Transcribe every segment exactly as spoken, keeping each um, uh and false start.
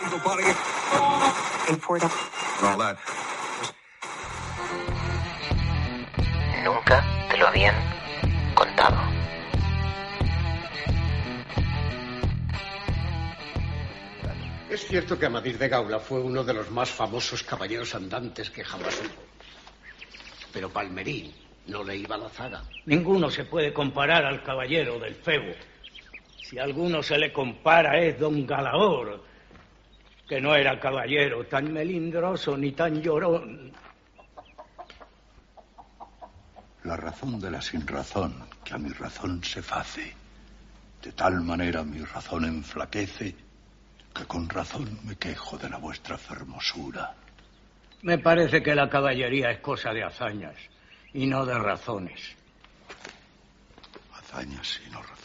Nunca te lo habían contado. Es cierto que Amadís de Gaula fue uno de los más famosos caballeros andantes que jamás hubo. Pero Palmerín no le iba a la zaga. Ninguno se puede comparar al caballero del Febo. Si a alguno se le compara es don Galaor, que no era caballero tan melindroso ni tan llorón. La razón de la sinrazón, que a mi razón se face. De tal manera mi razón enflaquece, que con razón me quejo de la vuestra fermosura. Me parece que la caballería es cosa de hazañas y no de razones. Hazañas y no razones.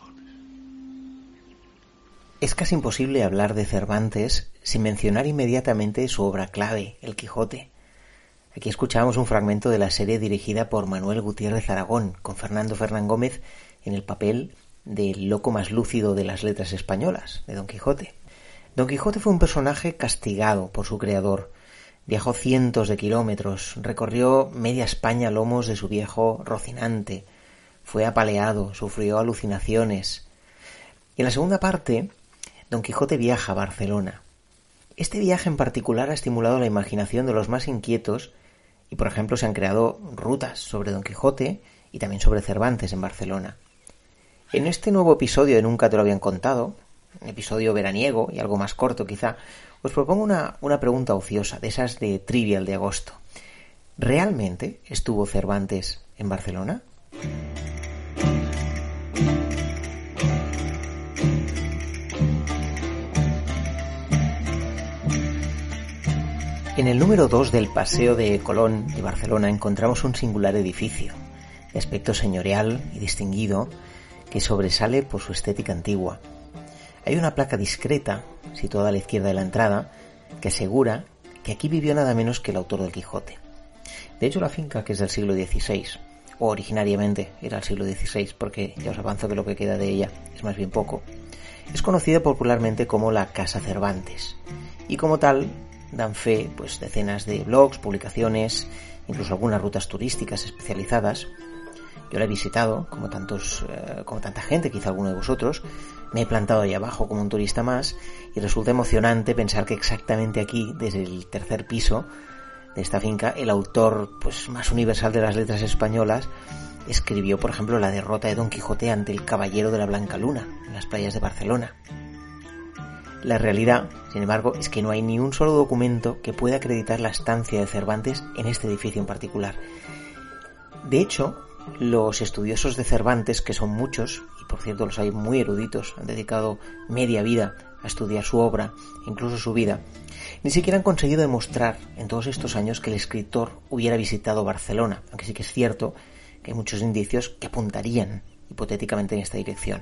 Es casi imposible hablar de Cervantes sin mencionar inmediatamente su obra clave, El Quijote. Aquí escuchábamos un fragmento de la serie dirigida por Manuel Gutiérrez Aragón, con Fernando Fernán Gómez en el papel del loco más lúcido de las letras españolas, de Don Quijote. Don Quijote fue un personaje castigado por su creador. Viajó cientos de kilómetros, recorrió media España a lomos de su viejo Rocinante, fue apaleado, sufrió alucinaciones. Y en la segunda parte, Don Quijote viaja a Barcelona. Este viaje en particular ha estimulado la imaginación de los más inquietos y, por ejemplo, se han creado rutas sobre Don Quijote y también sobre Cervantes en Barcelona. En este nuevo episodio de Nunca te lo habían contado, un episodio veraniego y algo más corto quizá, os propongo una, una pregunta ociosa, de esas de Trivial de agosto. ¿Realmente estuvo Cervantes en Barcelona? En el número dos del Paseo de Colón de Barcelona encontramos un singular edificio, de aspecto señorial y distinguido, que sobresale por su estética antigua. Hay una placa discreta, situada a la izquierda de la entrada, que asegura que aquí vivió nada menos que el autor del Quijote. De hecho, la finca, que es del siglo dieciséis, o originariamente era del siglo dieciséis, porque ya os avanzo que lo que queda de ella es más bien poco, es conocida popularmente como la Casa Cervantes, y como tal dan fe pues decenas de blogs, publicaciones, incluso algunas rutas turísticas especializadas. Yo la he visitado, como tantos, eh, como tanta gente, quizá alguno de vosotros. Me he plantado ahí abajo como un turista más y resulta emocionante pensar que exactamente aquí, desde el tercer piso de esta finca, el autor pues más universal de las letras españolas escribió, por ejemplo, la derrota de Don Quijote ante el Caballero de la Blanca Luna en las playas de Barcelona. La realidad, sin embargo, es que no hay ni un solo documento que pueda acreditar la estancia de Cervantes en este edificio en particular. De hecho, los estudiosos de Cervantes, que son muchos, y por cierto los hay muy eruditos, han dedicado media vida a estudiar su obra, incluso su vida, ni siquiera han conseguido demostrar en todos estos años que el escritor hubiera visitado Barcelona, aunque sí que es cierto que hay muchos indicios que apuntarían hipotéticamente en esta dirección.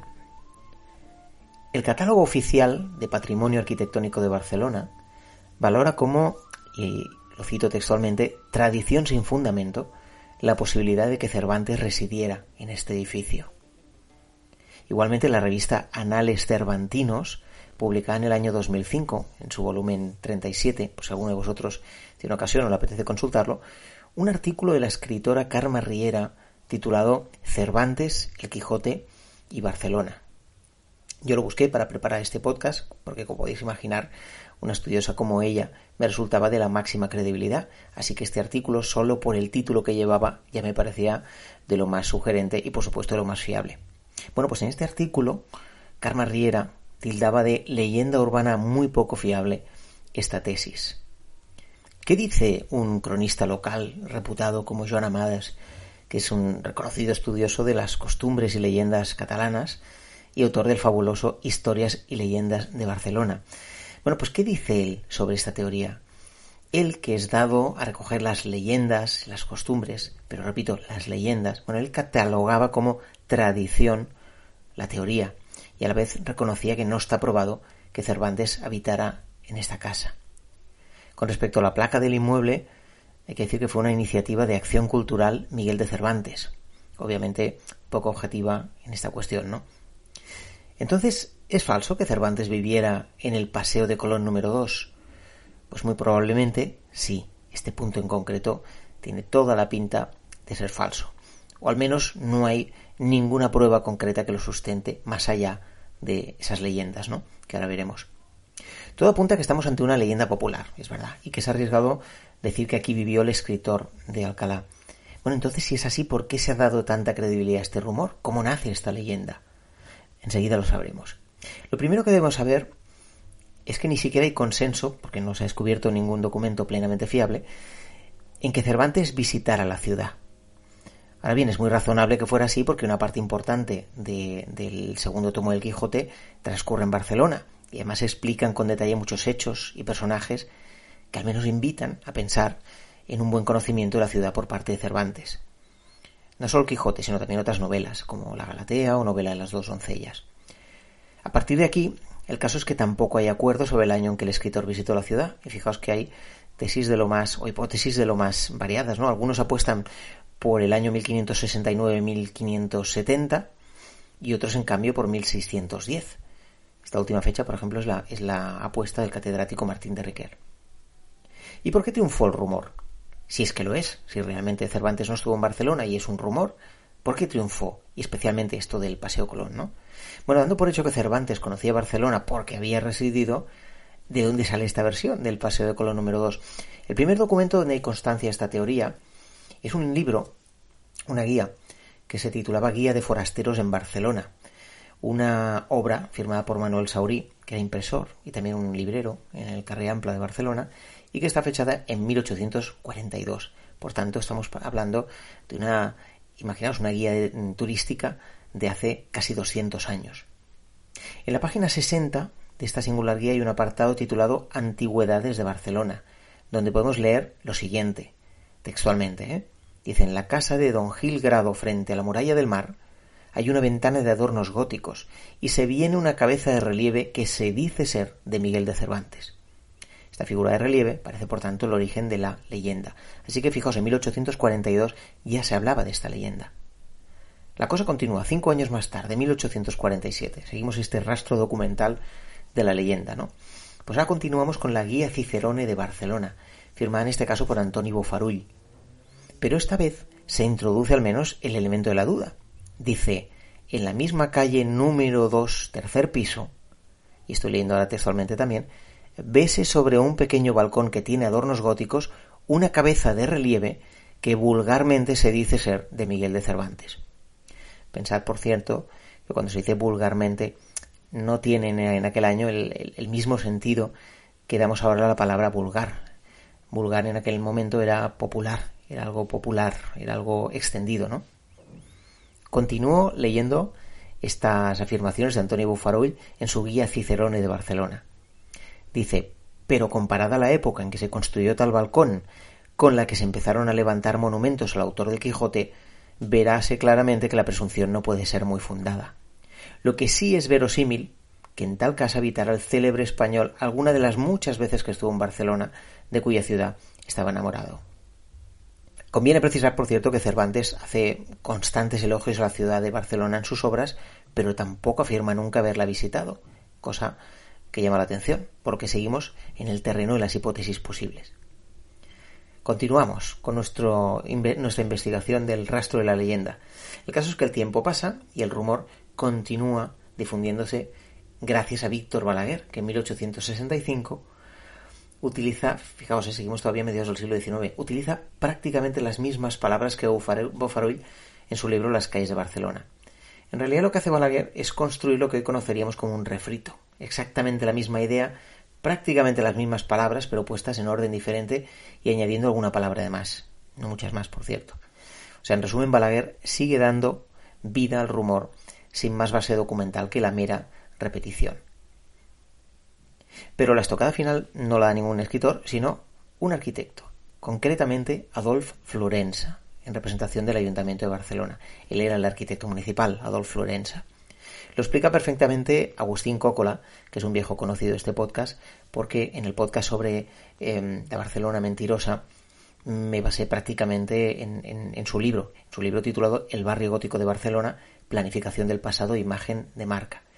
El catálogo oficial de Patrimonio Arquitectónico de Barcelona valora como, y lo cito textualmente, tradición sin fundamento, la posibilidad de que Cervantes residiera en este edificio. Igualmente, la revista Anales Cervantinos, publicada en el año dos mil cinco, en su volumen treinta y siete, por si alguno de vosotros tiene ocasión o le apetece consultarlo, un artículo de la escritora Carme Riera titulado Cervantes, el Quijote y Barcelona. Yo lo busqué para preparar este podcast porque, como podéis imaginar, una estudiosa como ella me resultaba de la máxima credibilidad, así que este artículo, solo por el título que llevaba, ya me parecía de lo más sugerente y, por supuesto, de lo más fiable. Bueno, pues en este artículo, Carme Riera tildaba de leyenda urbana muy poco fiable esta tesis. ¿Qué dice un cronista local reputado como Joan Amades, que es un reconocido estudioso de las costumbres y leyendas catalanas y autor del fabuloso Historias y Leyendas de Barcelona? Bueno, pues ¿qué dice él sobre esta teoría? Él, que es dado a recoger las leyendas, las costumbres, pero repito, las leyendas, bueno, él catalogaba como tradición la teoría y a la vez reconocía que no está probado que Cervantes habitara en esta casa. Con respecto a la placa del inmueble, hay que decir que fue una iniciativa de Acción Cultural Miguel de Cervantes, obviamente poco objetiva en esta cuestión, ¿no? Entonces, ¿Es falso que Cervantes viviera en el Paseo de Colón número dos? Pues muy probablemente sí. Este punto en concreto tiene toda la pinta de ser falso. O al menos no hay ninguna prueba concreta que lo sustente más allá de esas leyendas, ¿no?, que ahora veremos. Todo apunta a que estamos ante una leyenda popular, es verdad, y que es arriesgado decir que aquí vivió el escritor de Alcalá. Bueno, entonces, si es así, ¿por qué se ha dado tanta credibilidad a este rumor? ¿Cómo nace esta leyenda? Enseguida lo sabremos. Lo primero que debemos saber es que ni siquiera hay consenso, porque no se ha descubierto ningún documento plenamente fiable, en que Cervantes visitara la ciudad. Ahora bien, es muy razonable que fuera así porque una parte importante de, del segundo tomo del Quijote transcurre en Barcelona y además se explican con detalle muchos hechos y personajes que al menos invitan a pensar en un buen conocimiento de la ciudad por parte de Cervantes. No solo el Quijote, sino también otras novelas, como La Galatea o Novela de las dos doncellas. A partir de aquí, el caso es que tampoco hay acuerdo sobre el año en que el escritor visitó la ciudad, y fijaos que hay tesis de lo más, o hipótesis de lo más variadas, ¿no? Algunos apuestan por el año mil quinientos sesenta y nueve a mil quinientos setenta y otros, en cambio, por mil seiscientos diez. Esta última fecha, por ejemplo, es la, es la apuesta del catedrático Martín de Riquer. ¿Y por qué triunfó el rumor? Si es que lo es, si realmente Cervantes no estuvo en Barcelona y es un rumor, ¿por qué triunfó? Y especialmente esto del Paseo Colón, ¿no? Bueno, dando por hecho que Cervantes conocía Barcelona porque había residido, ¿de dónde sale esta versión del Paseo de Colón número dos? El primer documento donde hay constancia de esta teoría es un libro, una guía, que se titulaba Guía de Forasteros en Barcelona, una obra firmada por Manuel Saurí, que era impresor y también un librero en el Carrer Ample de Barcelona, y que está fechada en mil ochocientos cuarenta y dos. Por tanto, estamos hablando de una, imaginaos, una guía de, turística de hace casi doscientos años. En la página sesenta de esta singular guía hay un apartado titulado Antigüedades de Barcelona, donde podemos leer lo siguiente, textualmente, ¿eh? Dice: en la casa de don Gil Grado, frente a la muralla del mar, hay una ventana de adornos góticos y se viene una cabeza de relieve que se dice ser de Miguel de Cervantes. Esta figura de relieve parece, por tanto, el origen de la leyenda. Así que fijaos, en mil ochocientos cuarenta y dos ya se hablaba de esta leyenda. La cosa continúa cinco años más tarde, mil ochocientos cuarenta y siete. Seguimos este rastro documental de la leyenda, ¿no? Pues ahora continuamos con la Guía Cicerone de Barcelona, firmada en este caso por Antoni Bofarull. Pero esta vez se introduce al menos el elemento de la duda. Dice: en la misma calle número dos, tercer piso, y estoy leyendo ahora textualmente también, vese sobre un pequeño balcón que tiene adornos góticos una cabeza de relieve que vulgarmente se dice ser de Miguel de Cervantes. Pensad, por cierto, que cuando se dice vulgarmente no tiene en aquel año el, el, el mismo sentido que damos ahora a la palabra vulgar. Vulgar en aquel momento era popular, era algo popular, era algo extendido, ¿no? Continúo leyendo estas afirmaciones de Antoni Bofarull en su Guía Cicerone de Barcelona. Dice: pero comparada la época en que se construyó tal balcón con la que se empezaron a levantar monumentos al autor del Quijote, veráse claramente que la presunción no puede ser muy fundada. Lo que sí es verosímil, que en tal casa habitara el célebre español alguna de las muchas veces que estuvo en Barcelona, de cuya ciudad estaba enamorado. Conviene precisar, por cierto, que Cervantes hace constantes elogios a la ciudad de Barcelona en sus obras, pero tampoco afirma nunca haberla visitado, cosa que llama la atención, porque seguimos en el terreno de las hipótesis posibles. Continuamos con nuestro, nuestra investigación del rastro de la leyenda. El caso es que el tiempo pasa y el rumor continúa difundiéndose gracias a Víctor Balaguer, que en mil ochocientos sesenta y cinco utiliza, fijaos, seguimos todavía a mediados del siglo diecinueve, utiliza prácticamente las mismas palabras que Bofarull en su libro Las calles de Barcelona. En realidad lo que hace Balaguer es construir lo que hoy conoceríamos como un refrito. Exactamente la misma idea, prácticamente las mismas palabras, pero puestas en orden diferente y añadiendo alguna palabra de más. No muchas más, por cierto. O sea, en resumen, Balaguer sigue dando vida al rumor sin más base documental que la mera repetición. Pero la estocada final no la da ningún escritor, sino un arquitecto, concretamente Adolf Florensa, en representación del Ayuntamiento de Barcelona. Él era el arquitecto municipal, Adolf Florensa. Lo explica perfectamente Agustín Cócola, que es un viejo conocido de este podcast, porque en el podcast sobre eh, la Barcelona mentirosa me basé prácticamente en, en, en su libro, en su libro titulado El barrio gótico de Barcelona, planificación del pasado e imagen de marca.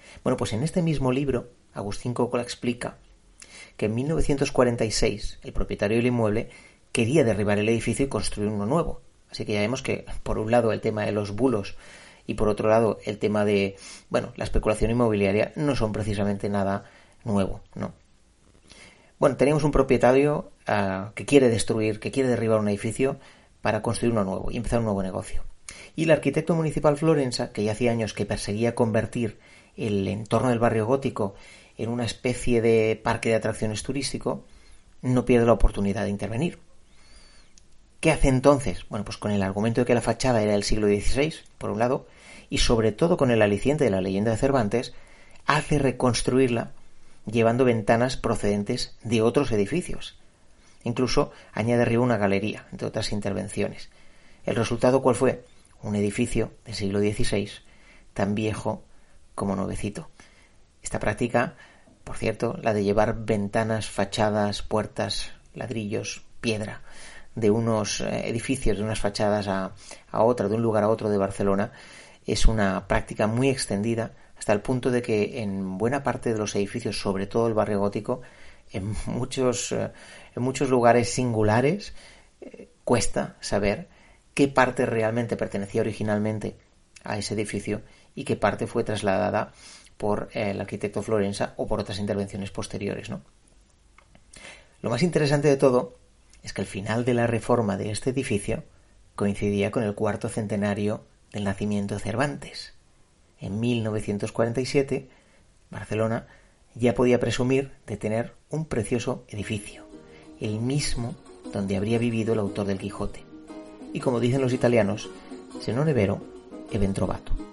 Bueno, pues en este mismo libro, Agustín Coppola explica que en mil novecientos cuarenta y seis el propietario del inmueble quería derribar el edificio y construir uno nuevo. Así que ya vemos que, por un lado, el tema de los bulos y, por otro lado, el tema de, bueno, la especulación inmobiliaria no son precisamente nada nuevo, ¿no? Bueno, teníamos un propietario uh, que quiere destruir, que quiere derribar un edificio para construir uno nuevo y empezar un nuevo negocio. Y el arquitecto municipal Florensa, que ya hacía años que perseguía convertir el entorno del barrio gótico en una especie de parque de atracciones turístico, no pierde la oportunidad de intervenir. ¿Qué hace entonces? Bueno, pues con el argumento de que la fachada era del siglo dieciséis, por un lado, y sobre todo con el aliciente de la leyenda de Cervantes, hace reconstruirla llevando ventanas procedentes de otros edificios. Incluso añade arriba una galería, entre otras intervenciones. ¿El resultado cuál fue? Un edificio del siglo dieciséis, tan viejo como nuevecito. Esta práctica, por cierto, la de llevar ventanas, fachadas, puertas, ladrillos, piedra, de unos edificios, de unas fachadas a, a otra, de un lugar a otro de Barcelona, es una práctica muy extendida, hasta el punto de que en buena parte de los edificios, sobre todo el barrio gótico, en muchos, en muchos lugares singulares, eh, cuesta saber qué parte realmente pertenecía originalmente a ese edificio y qué parte fue trasladada por el arquitecto Florensa o por otras intervenciones posteriores, ¿no? Lo más interesante de todo es que el final de la reforma de este edificio coincidía con el cuarto centenario del nacimiento de Cervantes. En mil novecientos cuarenta y siete, Barcelona ya podía presumir de tener un precioso edificio, el mismo donde habría vivido el autor del Quijote. Y como dicen los italianos, se non è vero, è ben trovato.